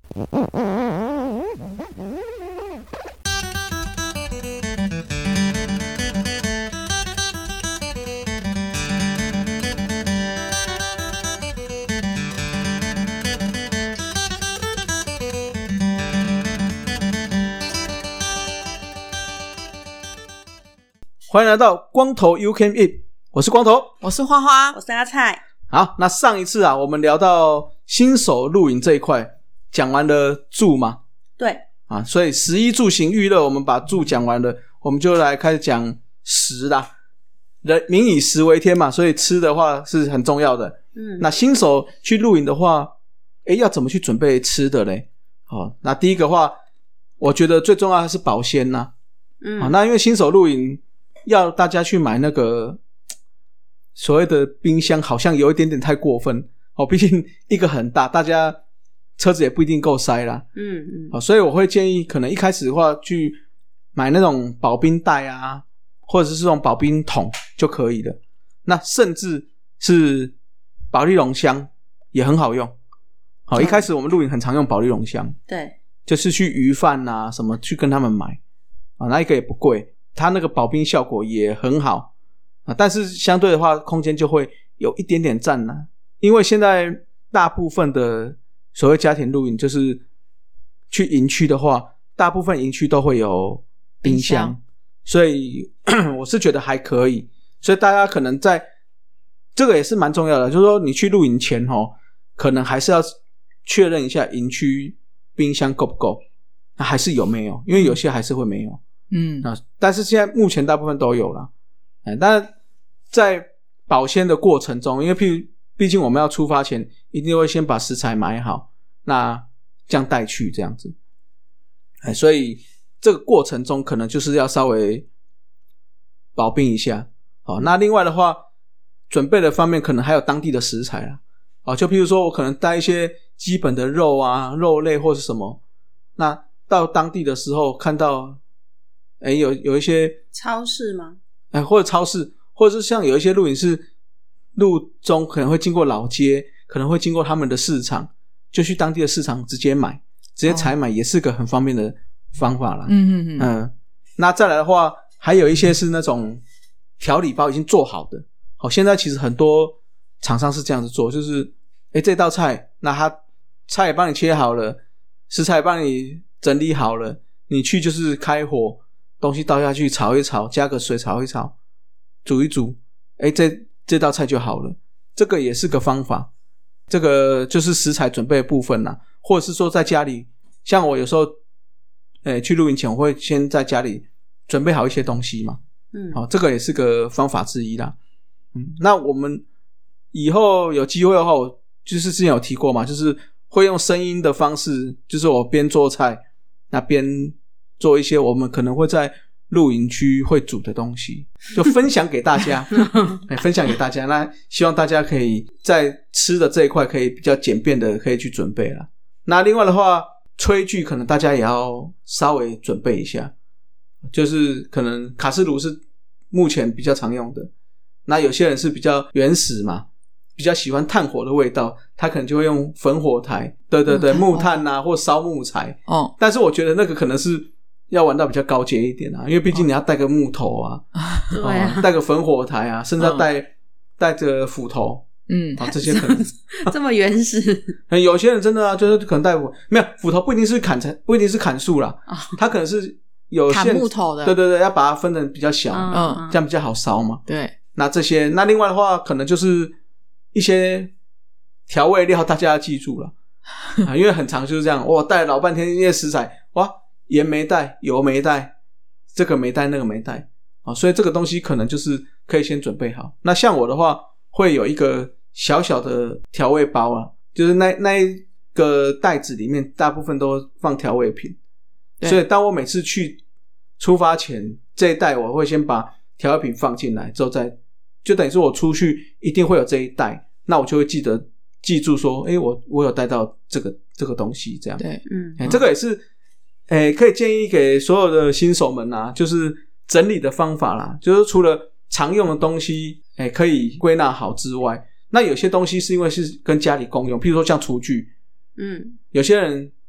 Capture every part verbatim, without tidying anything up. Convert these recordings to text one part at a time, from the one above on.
欢迎来到光头 You Can Eat， 我是光头， 我是花花， 我是阿菜。 好，那上一次啊，我们聊到新手露营这一块，讲完了住嘛， 对啊，所以食衣住行娱乐我们把住讲完了，我们就来开始讲食啦。人民以食为天嘛，所以吃的话是很重要的。嗯，那新手去露营的话，诶，要怎么去准备吃的嘞？好，那第一个话，我觉得最重要的是保鲜呐。嗯，好，那因为新手露营要大家去买那个所谓的冰箱，好像有一点点太过分哦，毕竟一个很大，大家车子也不一定够塞啦。嗯嗯，好，所以我会建议可能一开始的话去买那种保冰袋啊，或者是这种保冰桶就可以了。那甚至是保丽龙箱也很好用。好，一开始我们露营很常用保丽龙箱， 对， 就是去鱼贩啊什么去跟他们买啊，那一个也不贵。它那个保冰效果也很好啊，但是相对的话空间就会有一点点占了，因为现在大部分的所谓家庭露营就是去营区的话，大部分营区都会有冰箱，冰箱所以我是觉得还可以，所以大家可能在这个也是蛮重要的，就是说你去露营前齁，可能还是要确认一下营区冰箱够不够，那还是有没有，因为有些还是会没有。嗯，但是现在目前大部分都有啦。但在保鲜的过程中，因为毕毕竟我们要出发前一定会先把食材买好，那这样带去这样子，所以这个过程中可能就是要稍微保冰一下。好，那另外的话准备的方面可能还有当地的食材啦。好，就譬如说我可能带一些基本的肉啊，肉类或是什么，那到当地的时候看到诶有有一些超市吗？ 诶或者超市，或者是像有一些露营是路中可能会经过老街，可能会经过他们的市场，就去当地的市场直接买，直接采买也是个很方便的方法啦。嗯嗯嗯。嗯，那再来的话，还有一些是那种调理包已经做好的。好，现在其实很多厂商是这样子做，就是诶这道菜，那他菜也帮你切好了，食材也帮你整理好了，你去就是开火。东西倒下去炒一炒，加个水炒一炒，煮一煮，诶这这道菜就好了。这个也是个方法，这个就是食材准备的部分啦，或者是说在家里，像我有时候诶去露营前我会先在家里准备好一些东西嘛。嗯，好，这个也是个方法之一啦。嗯，那我们以后有机会的话，我就是之前有提过嘛，就是会用声音的方式，就是我边做菜那边做一些我们可能会在露营区会煮的东西，就分享给大家分享给大家，那希望大家可以在吃的这一块可以比较简便的可以去准备啦。那另外的话炊具可能大家也要稍微准备一下，就是可能卡式炉是目前比较常用的，那有些人是比较原始嘛，比较喜欢炭火的味道，他可能就会用焚火台，对对对，木炭啊或烧木材。哦，但是我觉得那个可能是要玩到比较高阶一点啊，因为毕竟你要带个木头啊，对啊，带个焚火台啊，甚至要带、嗯、带着斧头，嗯，啊，这些可能这么原始。 有些人真的啊，就是可能带斧，没有斧头不一定是砍不一定是砍树啦，哦、他可能是有砍木头的， 对对对，要把它分得比较小，嗯，这样比较好烧嘛。 对， 那这些，那另外的话，可能就是一些调味料，大家要记住了啊，因为很常就是这样，哇，带了老半天一些食材，哇。盐没带，油没带，这个没带，那个没带，啊，所以这个东西可能就是可以先准备好。那像我的话，会有一个小小的调味包啊，就是那那一个袋子里面大部分都放调味品，所以当我每次去出发前，这一袋我会先把调味品放进来，之后再就等于说我出去一定会有这一袋，那我就会记得记住说，诶，我我有带到这个这个东西，这样。 对，嗯， 诶这个也是。诶，可以建议给所有的新手们啊，就是整理的方法啦，就是除了常用的东西诶可以归纳好之外，那有些东西是因为是跟家里共用，譬如说像厨具，嗯，有些人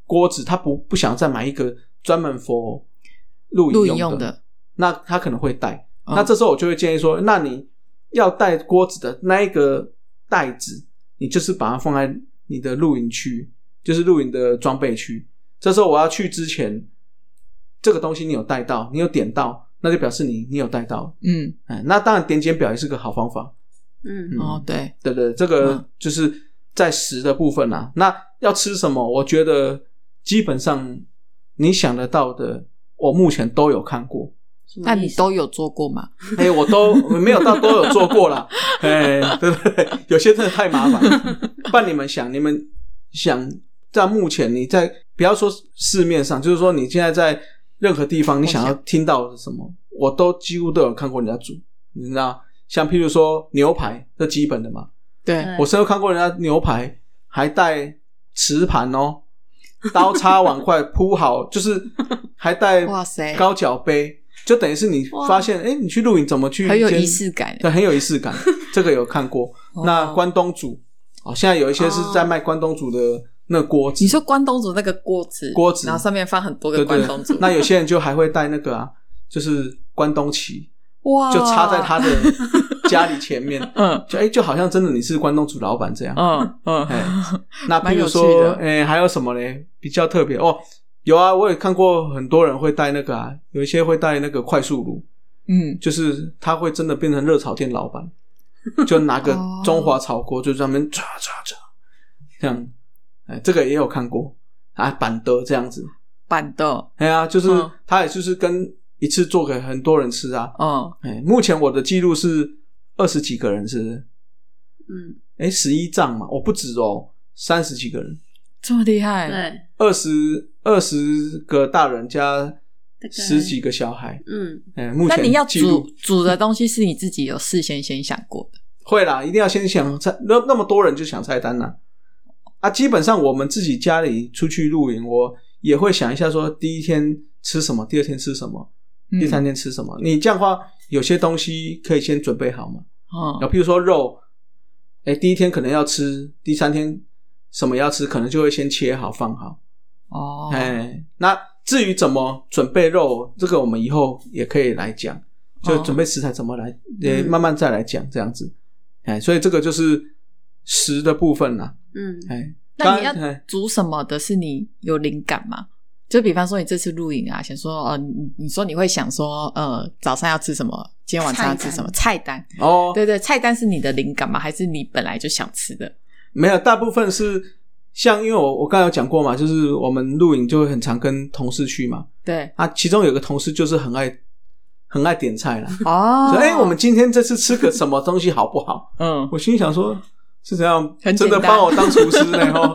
锅子他不不想再买一个专门 for 露营用的， 用的那他可能会带、 哦、 那这时候我就会建议说，那你要带锅子的那一个袋子，你就是把它放在你的露营区，就是露营的装备区。这时候我要去之前，这个东西你有带到，你有点到，那就表示你你有带到。 嗯， 那当然点检表也是个好方法。 嗯，嗯哦，对对对，这个就是在食的部分啊。那要吃什么？我觉得基本上你想得到的，我目前都有看过。 那你都有做过吗？ 哎、欸，我都没有到都有做过啦。哎、欸，对对对，有些真的太麻烦。不然你们想，你们想在目前你在不要说市面上，就是说你现在在任何地方，你想要听到的什么，我都几乎都有看过人家煮。你知道，像譬如说牛排，这基本的嘛。 对， 我甚至看过人家牛排还带瓷盘哦，刀叉碗筷铺好，就是还带高脚杯。就等于是你发现，哎，你去露营怎么去？ 很有仪式感， 对，很有仪式感。这个有看过。 哦、 那关东煮哦，现在有一些是在卖关东煮的那锅子。 你说关东煮那个锅子， 锅子， 然后上面放很多个关东煮。 对对那有些人就还会带那个啊，就是关东旗， 哇， 就插在他的家里前面， 嗯， 就哎，就好像真的你是关东煮老板这样， 嗯嗯。 那比如说，哎，还有什么嘞？比较特别哦。有啊，我也看过很多人会带那个啊，有一些会带那个快速炉， 嗯， 就是他会真的变成热炒店老板，就拿个中华炒锅就在那边唰唰唰，这样，哎，这个也有看过啊，板的这样子， 板的， 哎呀、啊，就是、嗯、他也就是跟一次做给很多人吃啊， 嗯， 哎，目前我的记录是二十几个人是不是？ 嗯， 哎，十一帐嘛，我不止哦，三十几个人。 这么厉害， 对， 二十二十个大人加十几个小孩， 嗯， 嗯，目前那你要煮煮的东西是你自己有事先先想过的？ 会啦，一定要先想菜，那那么多人就想菜单啦。啊，基本上我们自己家里出去露营，我也会想一下说，第一天吃什么，第二天吃什么，第三天吃什么。嗯、你这样的话，有些东西可以先准备好嘛。 哦， 然后譬如说肉，哎，第一天可能要吃，第三天。什么要吃可能就会先切好放好哦， 哎，那至于怎么准备肉，这个我们以后也可以来讲，就准备食材怎么来，也、哦、慢慢再来讲这样子，哎，所以这个就是食的部分啦， 嗯， 哎， 那你要煮什么的是你有灵感吗？就比方说你这次露营啊，想说呃，你你说你会想说呃，早上要吃什么，今天晚上要吃什么菜单哦， 对对，菜单是你的灵感吗？还是你本来就想吃的？ 没有，大部分是像因为我我刚才有讲过嘛，就是我们露营就会很常跟同事去嘛， 对啊， 其中有个同事就是很爱很爱点菜啦， 哦， 哎、欸，我们今天这次吃个什么东西好不好？ 嗯， 我心想说是这样， 真的帮我当厨师呢吼。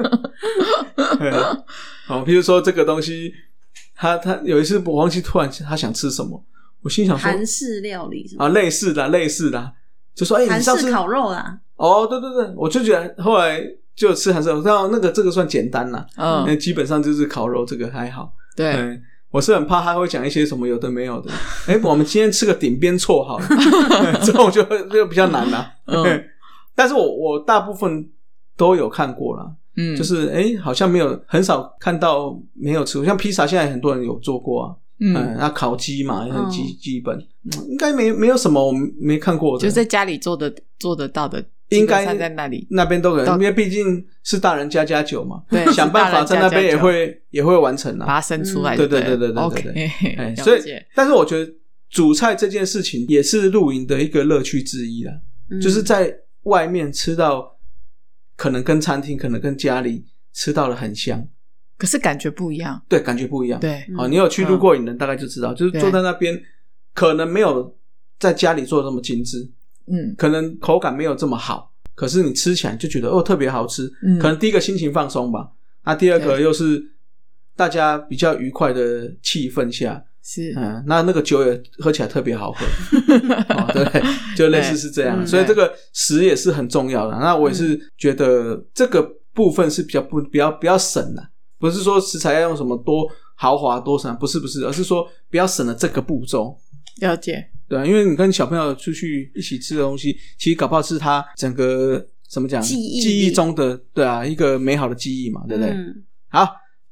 好，譬如说这个东西，他他有一次我忘记突然他想吃什么，我心想说韩式料理是吗？ 啊，类似的类似的，就说哎， 韩式烤肉啦。 哦，对对对，我就觉得后来就吃韩式，我知道那个这个算简单啦， 嗯， 基本上就是烤肉，这个还好。 对， 嗯，我是很怕他会讲一些什么有的没有的。哎，我们今天吃个顶边错好了，这种就就比较难啦。嗯，但是我我大部分都有看过啦， 嗯， 就是哎，好像没有很少看到没有吃过，像披萨现在很多人有做过啊。嗯，那烤鸡嘛也很基基本，嗯、应该没没有什么我没看过的， 就在家里做的做得到的。 应该在那里那边都可能，因为毕竟是大人加加酒嘛， 对， 想办法在那边也会也会完成啦， 把它生出来， 对对对对对对对。 Okay, 哎，所以，但是我觉得煮菜这件事情也是露营的一个乐趣之一啦，嗯、就是在外面吃到，可能跟餐厅，可能跟家里吃到的很像， 可是感觉不一样， 对，感觉不一样， 对。 好，你有去露过营的大概就知道，嗯、就是坐在那边，可能没有在家里做的那么精致。 嗯， 可能口感没有这么好，可是你吃起来就觉得哦特别好吃。嗯，可能第一个心情放松吧，那、啊、第二个又是大家比较愉快的气氛下， 是嗯，那那个酒也喝起来特别好喝，哦、对，就类似是这样，所以这个食也是很重要的。那我也是觉得这个部分是比较不比较比较省啦，不是说食材要用什么多豪华多省，不是不是，而是说比较省了这个步骤。 了解。 对啊，因为你跟小朋友出去一起吃的东西，其实搞不好是他整个怎么讲记忆记忆中的，对啊，一个美好的记忆嘛，对不对？ 嗯、 好，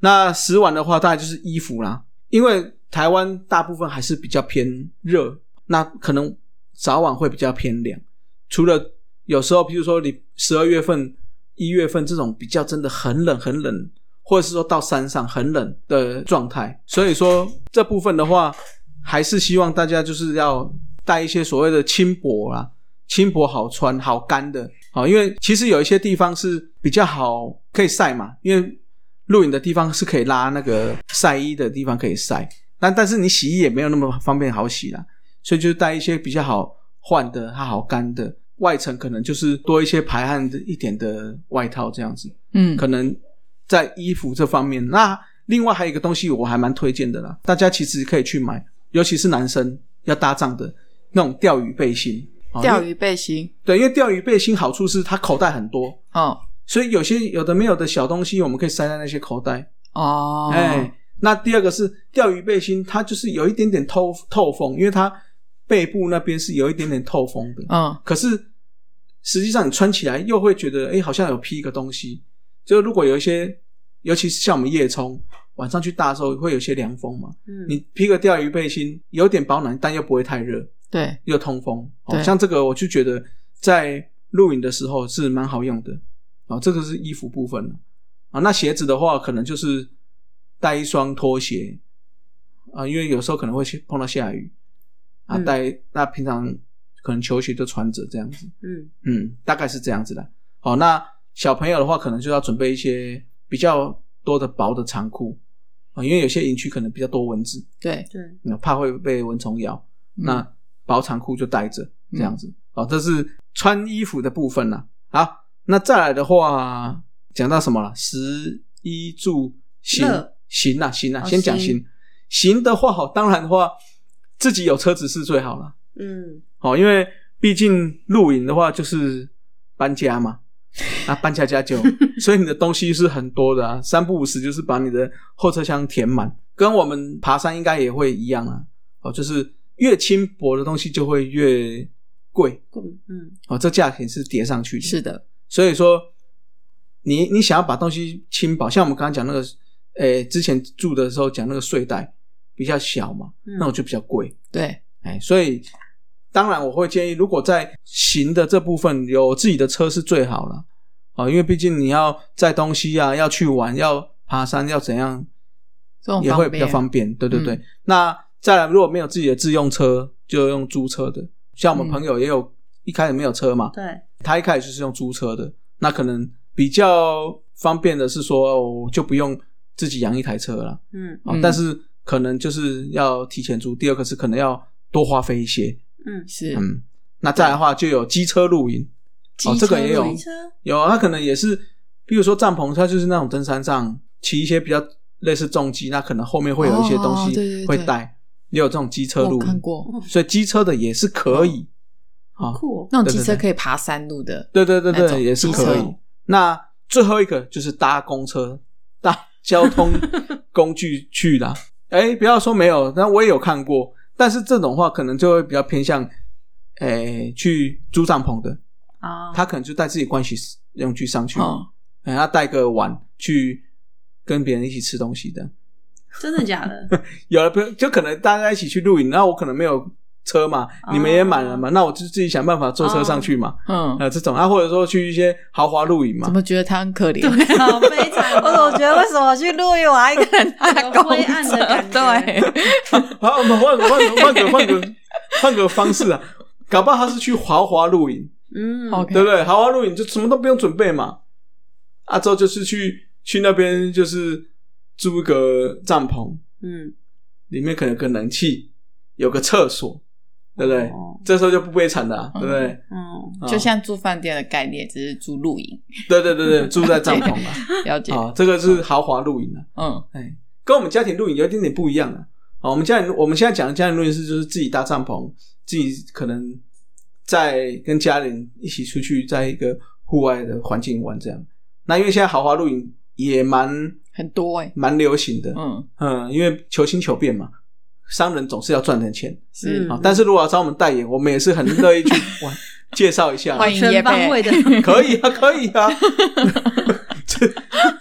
那食玩的话大概就是衣服啦，因为台湾大部分还是比较偏热，那可能早晚会比较偏凉，除了有时候比如说你十二月份一月份这种比较真的很冷很冷，或者是说到山上很冷的状态，所以说这部分的话还是希望大家就是要带一些所谓的轻薄啦，轻薄好穿好干的，好，因为其实有一些地方是比较好可以晒嘛，因为露营的地方是可以拉那个晒衣的地方可以晒，但但是你洗衣也没有那么方便好洗啦，所以就带一些比较好换的它好干的，外层可能就是多一些排汗的一点的外套这样子， 嗯， 可能在衣服这方面。那另外还有一个东西我还蛮推荐的啦，大家其实可以去买，尤其是男生要搭帐的那种钓鱼背心。 钓鱼背心， 对，因为钓鱼背心好处是它口袋很多， 哦， 所以有些有的没有的小东西我们可以塞在那些口袋。 哦， 哎，那第二个是钓鱼背心，它就是有一点点透透风，因为它背部那边是有一点点透风的， 嗯， 可是实际上你穿起来又会觉得，哎，好像有披一个东西。就如果有一些，尤其是像我们夜冲，晚上去搭的时候会有一些凉风嘛，嗯，你披个钓鱼背心，有点保暖，但又不会太热， 对， 又通风。哦，像这个我就觉得在露营的时候是蛮好用的。哦，这个是衣服部分了。啊，那鞋子的话，可能就是带一双拖鞋啊，因为有时候可能会碰到下雨啊，带、嗯、那平常可能球鞋就穿着这样子。嗯嗯，大概是这样子的。好，那小朋友的话，可能就要准备一些比较多的薄的长裤啊，因为有些营区可能比较多蚊子， 对对， 怕会被蚊虫咬，嗯、那薄长裤就带着这样子。好、嗯，这是穿衣服的部分啦。好，那再来的话，讲到什么了？食衣住行，行啊行啊， 哦、 先讲行。行的话，好，当然的话，自己有车子是最好了。嗯，好，因为毕竟露营的话就是搬家嘛。啊，搬家家酒，所以你的东西是很多的啊，三不五时就是把你的后车厢填满，跟我们爬山应该也会一样啊。哦，就是越轻薄的东西就会越贵，嗯，哦，这价钱是叠上去的， 是的。 所以说，你你想要把东西轻薄，像我们刚刚讲那个，诶，之前住的时候讲那个睡袋比较小嘛，嗯、那种就比较贵， 对， 哎，所以。当然我会建议如果在行的这部分有自己的车是最好了、哦、因为毕竟你要载东西啊，要去玩，要爬山，要怎样也会比较方便，对对对、嗯、那再来如果没有自己的自用车就用租车的，像我们朋友也有、嗯、一开始没有车嘛， 对， 他一开始就是用租车的，那可能比较方便的是说我就不用自己养一台车了，嗯、哦，但是可能就是要提前租，第二个是可能要多花费一些， 嗯，是， 嗯，那再来的话就有机车露营，哦，这个也有，有，它可能也是，比如说帐篷，它就是那种登山杖，骑一些比较类似重机，那可能后面会有一些东西会带，哦、也有这种机车露营， 我看过， 所以机车的也是可以， 好、哦、酷、哦， 那种机车可以爬山路的， 对对对对，也是可以。那最后一个就是搭公车，搭交通工具去啦，哎，不要说没有，但我也有看过。但是这种话可能就会比较偏向诶去租帐篷的、oh. 他可能就带自己盥洗用具上去、oh. 诶他带个碗去跟别人一起吃东西的。 真的假的？ 有了，就可能大家一起去露营，然后我可能没有车嘛、oh. 你们也满了嘛，那我就自己想办法坐车上去嘛。嗯、oh. 呃，这种啊，或者说去一些豪华露营嘛。 怎么觉得他很可怜？ 对，好悲惨、哦。 我总觉得为什么去露营我还一个人搭公车？ 灰暗的感觉。 对。 好，我们换个换个换个换个换个方式啊，搞不好他是去豪华露营，嗯，对不对？豪华露营就什么都不用准备嘛，啊，之后就是去去那边就是租一个帐篷，嗯，里面可能有个冷气，有个厕所，对不对？哦、这时候就不悲惨了、啊嗯，对不对？ 嗯，就像住饭店的概念，只是住露营。 对对对对，住在帐篷啊， 了解啊，这个是豪华露营啊，嗯，哎，跟我们家庭露营有一点点不一样啊。好，我们家人我们现在讲的家庭露营是就是自己搭帐篷，自己可能在跟家人一起出去，在一个户外的环境玩这样。那因为现在豪华露营也蛮很多哎、欸， 蛮流行的，嗯嗯，因为求新求变嘛，商人总是要赚点钱， 是、 嗯。但是如果要找我们代言，我们也是很乐意去玩介绍一下， 欢迎业配， 全方位的， 可以啊，可以啊。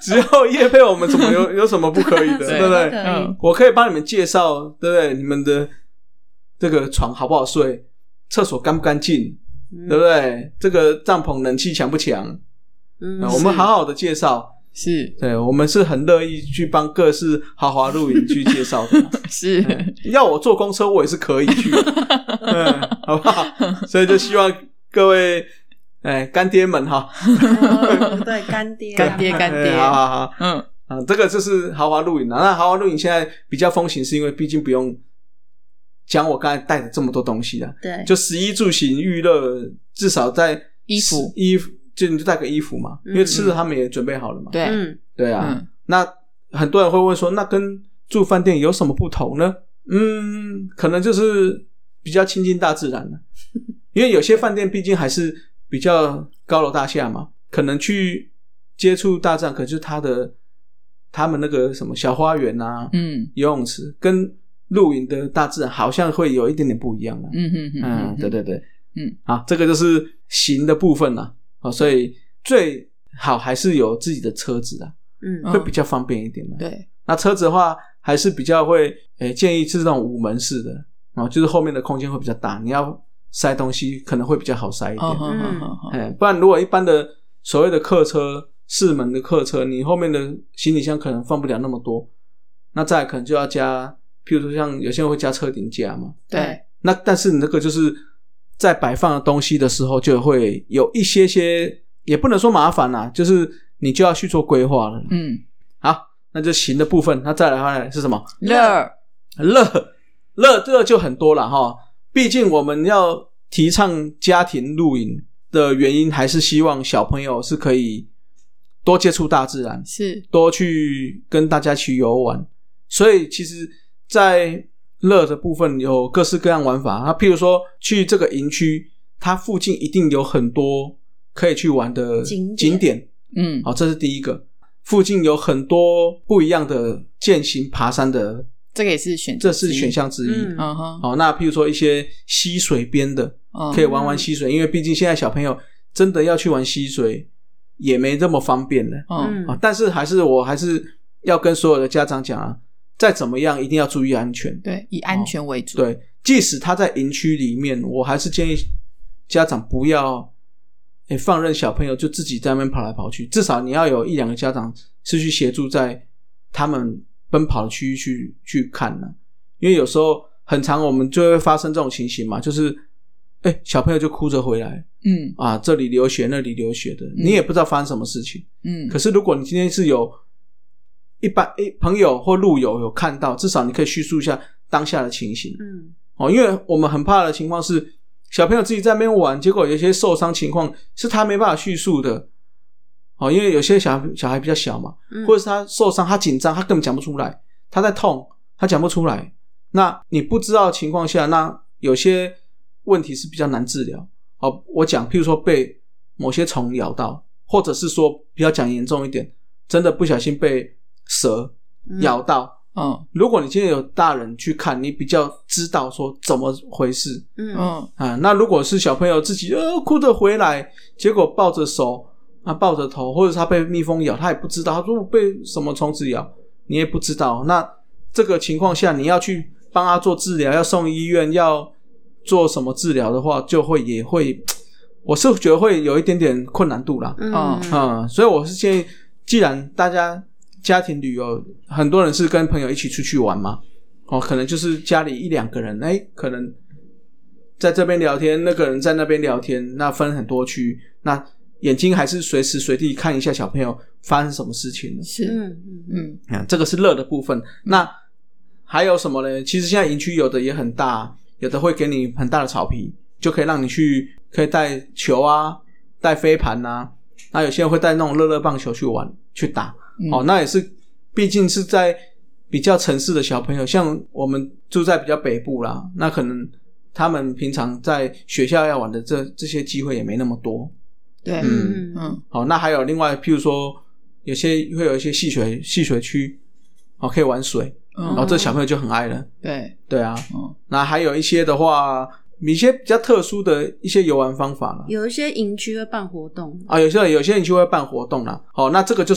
只要业配我们怎么有有什么不可以的，对不对？ 嗯， 我可以帮你们介绍，对不对？你们的这个床好不好睡，厕所干不干净， 嗯对不对？这个帐篷冷气强不强？ 嗯， 我们好好的介绍。 是， 对，我们是很乐意去帮各式豪华露营去介绍的。 是、 嗯，要我坐公车，我也是可以去的，嗯，好不好？所以就希望各位，哎，干爹们哈， 哦对，干爹， 干爹，干爹， 哎好好好， 嗯啊，这个就是豪华露营啊。那豪华露营现在比较风行，是因为毕竟不用讲我刚才带的这么多东西了， 对， 就食衣住行娱乐，至少在衣服衣服。就你就带个衣服嘛，因为吃的他们也准备好了嘛。 对， 嗯， 对啊。 嗯、 那很多人会问说，那跟住饭店有什么不同呢？嗯，可能就是比较亲近大自然了。因为有些饭店毕竟还是比较高楼大厦嘛，可能去接触大自然，可能就是他的他们那个什么小花园啊， 嗯， 游泳池，跟露营的大自然好像会有一点点不一样了。 嗯嗯嗯嗯，对对对， 嗯， 好，这个就是行的部分啦。哦，所以最好还是有自己的车子啊， 嗯， 会比较方便一点的。 对， 那车子的话，还是比较会，诶，建议是这种五门式的，哦，就是后面的空间会比较大，你要塞东西可能会比较好塞一点。 嗯嗯嗯，不然如果一般的所谓的客车，四门的客车，你后面的行李箱可能放不了那么多，那再来可能就要加，譬如说像有些人会加车顶架嘛， 对， 那但是你那个就是在摆放的东西的时候，就会有一些些，也不能说麻烦啦，就是你就要去做规划了。 嗯， 好，那就行的部分，那再来的话是什么？ 乐乐乐乐就很多了哈。毕竟我们要提倡家庭露营的原因，还是希望小朋友是可以多接触大自然， 是多去跟大家去游玩。所以其实在乐的部分有各式各样玩法，那譬如说去这个营区，它附近一定有很多可以去玩的景点景点， 嗯， 好，这是第一个。附近有很多不一样的健行爬山的， 这个也是选择这是选项之一。 嗯嗯哼， 好，那譬如说一些溪水边的， 嗯可以玩玩溪水，因为毕竟现在小朋友真的要去玩溪水也没这么方便了。 嗯啊，但是还是我还是要跟所有的家长讲啊，再怎么样一定要注意安全。 对，以安全为主。 对，即使他在营区里面，我还是建议家长不要诶放任小朋友就自己在那边跑来跑去，至少你要有一两个家长是去协助在他们奔跑的区域去去看呢、啊。因为有时候很常我们就会发生这种情形嘛，就是诶小朋友就哭着回来， 嗯啊这里流血那里流血的，你也不知道发生什么事情。 嗯， 可是如果你今天是有一般诶朋友或路友有看到，至少你可以叙述一下当下的情形。 嗯， 哦，因为我们很怕的情况是小朋友自己在那边玩，结果有一些受伤情况是他没办法叙述的。哦，因为有些小孩小孩比较小嘛， 嗯或者是他受伤，他紧张，他根本讲不出来，他在痛，他讲不出来。那你不知道的情况下，那有些问题是比较难治疗。哦，我讲，譬如说被某些虫咬到，或者是说比较讲严重一点，真的不小心被蛇咬到。 嗯如果你今天有大人去看，你比较知道说怎么回事。 嗯嗯啊，那如果是小朋友自己呃哭着回来，结果抱着手啊抱着头，或者是他被蜜蜂咬，他也不知道，他说我被什么虫子咬，你也不知道。那这个情况下，你要去帮他做治疗，要送医院，要做什么治疗的话，就会也会，我是觉得会有一点点困难度啦。 嗯嗯，所以我是建议，既然大家家庭旅游，很多人是跟朋友一起出去玩嘛，哦，可能就是家里一两个人，哎，可能在这边聊天，那个人在那边聊天，那分很多区，那眼睛还是随时随地看一下小朋友发生什么事情了。 是嗯嗯嗯啊，这个是乐的部分。那还有什么呢？其实现在营区有的也很大，有的会给你很大的草皮，就可以让你去，可以带球啊，带飞盘啊。那有些人会带那种乐乐棒球去玩去打。 嗯哦，那也是，毕竟是在比较城市的小朋友，像我们住在比较北部啦，那可能他们平常在学校要玩的这这些机会也没那么多。 对嗯嗯好，那还有另外，譬如说有些会有一些戏水戏水区，哦，可以玩水，然后嗯这小朋友就很爱了。 对对啊， 嗯那还有一些的话，一些比较特殊的一些游玩方法啦。 有一些营区会办活动， 啊，有些有些人就会办活动啦。好，那这个就是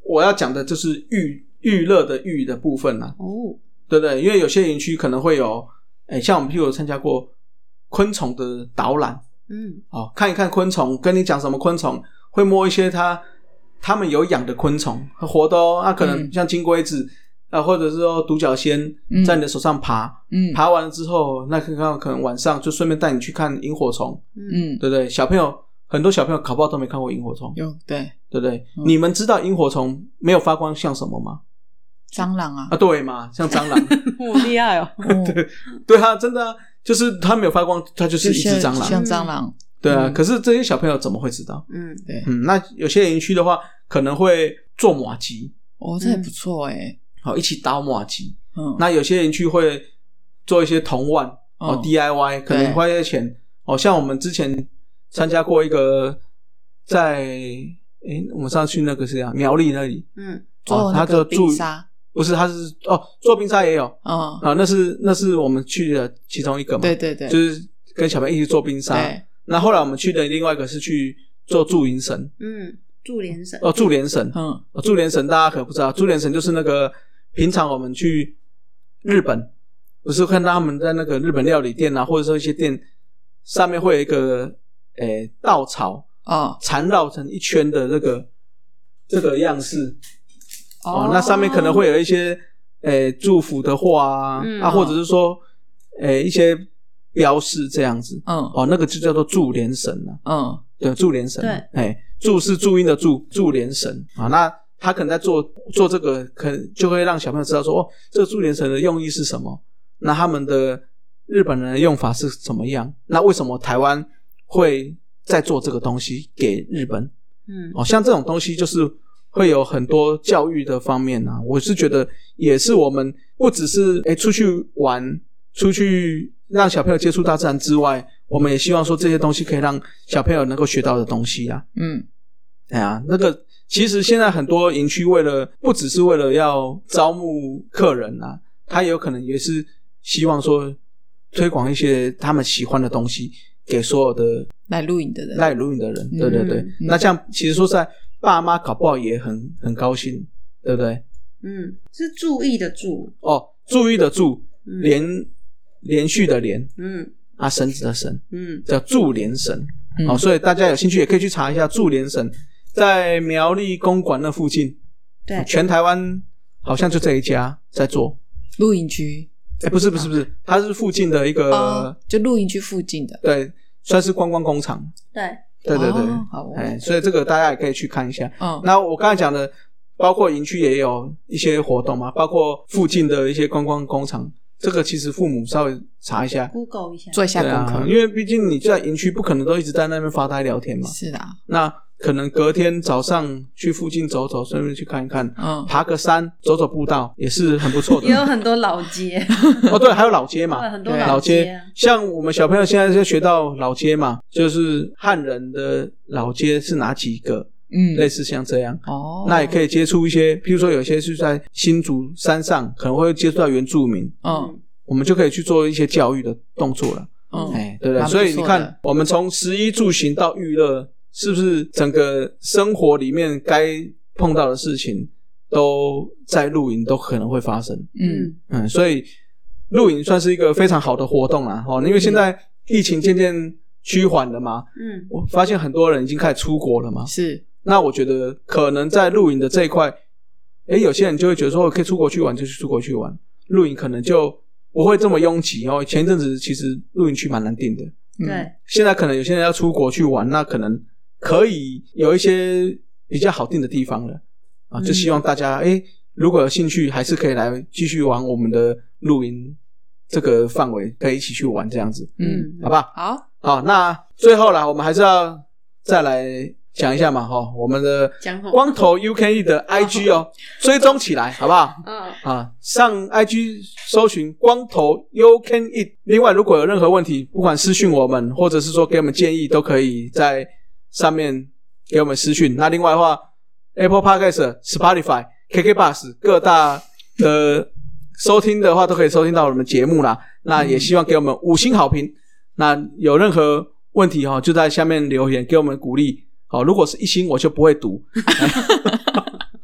我要讲的就是娱娱乐的娱的部分啦、啊。 哦， 对不对？因为有些营区可能会有，诶像我们譬如有参加过昆虫的导览， 嗯， 哦，看一看昆虫，跟你讲什么昆虫，会摸一些他他们有养的昆虫，活的哦，那、啊、可能像金龟子、嗯、啊，或者是说独角仙在你的手上爬， 嗯， 爬完了之后，那可能可能晚上就顺便带你去看萤火虫， 嗯， 对不对？小朋友很多小朋友搞不好都没看过萤火虫， 有对对不对、 嗯？ 你们知道萤火虫没有发光像什么吗？ 蟑螂啊， 啊，对嘛，像蟑螂， 好厉害哦， 对对啊，真的啊，就是它没有发光，它就是一只蟑螂， 像蟑螂， 对啊、 嗯。 可是这些小朋友怎么会知道？ 嗯， 对， 嗯，那有些营区的话，可能会做麻糬， 哦，这也不错诶。 好、一起打麻糬。 嗯， 那有些营区会做一些铜碗哦、 嗯 D I Y， 可能花一些钱哦。像我们之前参加过一个在诶，我们上次去那个是啊苗栗那里， 嗯， 做那个冰沙。 不是，他是哦，做冰沙也有， 嗯啊，那是那是我们去的其中一个嘛， 对对对， 就是跟小朋友一起做冰沙。 对， 那后来我们去的另外一个是去做祝银神， 嗯，祝连神， 哦，祝连神， 嗯， 哦，祝连神大家可不知道，祝连神就是那个平常我们去日本，不是看到他们在那个日本料理店啊，或者说一些店上面会有一个诶稻草哦缠绕成一圈的这个这个样式。 哦， 那上面可能会有一些诶祝福的话啊， 嗯、 啊，或者是说诶一些标示这样子， 嗯， 哦，那个就叫做祝连神啊， 嗯， 对，祝连神， 对， 哎，祝是注音的祝，祝连神啊，那他可能在做做这个，可能就会让小朋友知道说，哦，这个祝连神的用意是什么？那他们的日本人的用法是怎么样？那为什么台湾会在做这个东西给日本？ 嗯， 哦，像这种东西就是会有很多教育的方面啊，我是觉得也是我们不只是诶出去玩，出去让小朋友接触大自然之外，我们也希望说这些东西可以让小朋友能够学到的东西啊。 嗯， 哎呀，那个其实现在很多营区为了不只是为了要招募客人啊，他也有可能也是希望说推广一些他们喜欢的东西给所有的来露营的人， 来露营的人，对对对。 嗯、 那这样其实说实在，爸妈搞不好也很很高兴，对不对？ 嗯，是注意的注哦，注意的注， 嗯、 连连续的连， 嗯啊，绳子的绳， 嗯， 叫祝连绳。 嗯、 哦，所以大家有兴趣也可以去查一下祝连绳，在苗栗公馆那附近， 对， 全台湾好像就这一家在做露营区。 哎，不是不是不是，它是附近的一个， 哦、就露营区附近的， 对，算是观光工厂。 对。 对对对， 哦好哎，所以这个大家也可以去看一下。 嗯， 那我刚才讲的，包括营区也有一些活动嘛，包括附近的一些观光工厂，这个其实父母稍微查一下 ，Google 一下， 做一下功课、 啊，因为毕竟你在营区不可能都一直在那边发呆聊天嘛。 是的， 那可能隔天早上去附近走走，顺便去看一看， 嗯， 爬个山，走走步道也是很不错的。 也有很多老街哦，对，还有老街嘛， 很多老街、 街，像我们小朋友现在就学到老街嘛，就是汉人的老街是哪几个？ 嗯， 类似像这样。 哦， 那也可以接触一些，譬如说有些是在新竹山上，可能会接触到原住民， 嗯， 我们就可以去做一些教育的动作了。 嗯， 哎，对不对？所以你看，我们从食衣住行到娱乐，是不是整个生活里面该碰到的事情都在露营都可能会发生？ 嗯嗯，所以露营算是一个非常好的活动啦。哦，因为现在疫情渐渐趋缓了嘛， 嗯， 我发现很多人已经开始出国了嘛， 是。 那我觉得可能在露营的这一块，诶，有些人就会觉得说，我可以出国去玩就去出国去玩，露营可能就不会这么拥挤哦。前一阵子其实露营区蛮难订的， 对、 嗯，现在可能有些人要出国去玩，那可能可以有一些比较好订的地方了啊，就希望大家诶，如果有兴趣，还是可以来继续玩我们的露营这个范围，可以一起去玩这样子， 嗯， 好不好？ 好， 好，那最后啦，我们还是要再来讲一下嘛，齁，我们的光头 U K E 的 I G 哦，追踪起来，好不好？ 嗯啊，上 I G 搜寻光头 U K E。另外，如果有任何问题，不管私讯我们，或者是说给我们建议，都可以在上面给我们私讯。那另外的话 ，Apple Podcast、Spotify、K K Bus 各大的收听的话，都可以收听到我们的节目啦。那也希望给我们五星好评。那有任何问题齁，就在下面留言给我们鼓励。好，如果是一星我就不会读。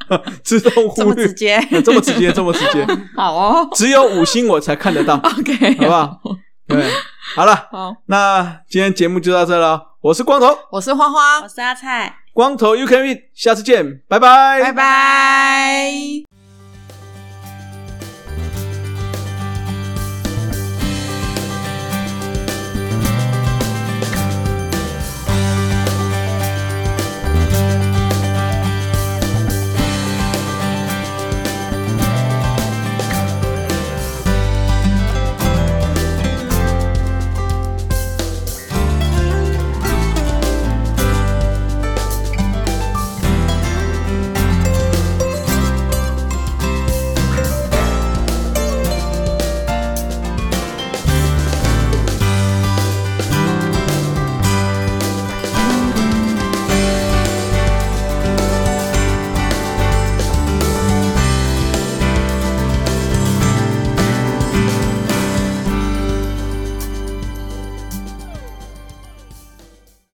自动忽略， 这么直接这么直接，这么直接， 好哦， 只有五星我才看得到 OK， 好不好？对，好了， 好， 那今天节目就到这了，我是光头， 我是花花我，是阿菜。 光头 You Can Read， 下次见，拜拜， 拜拜。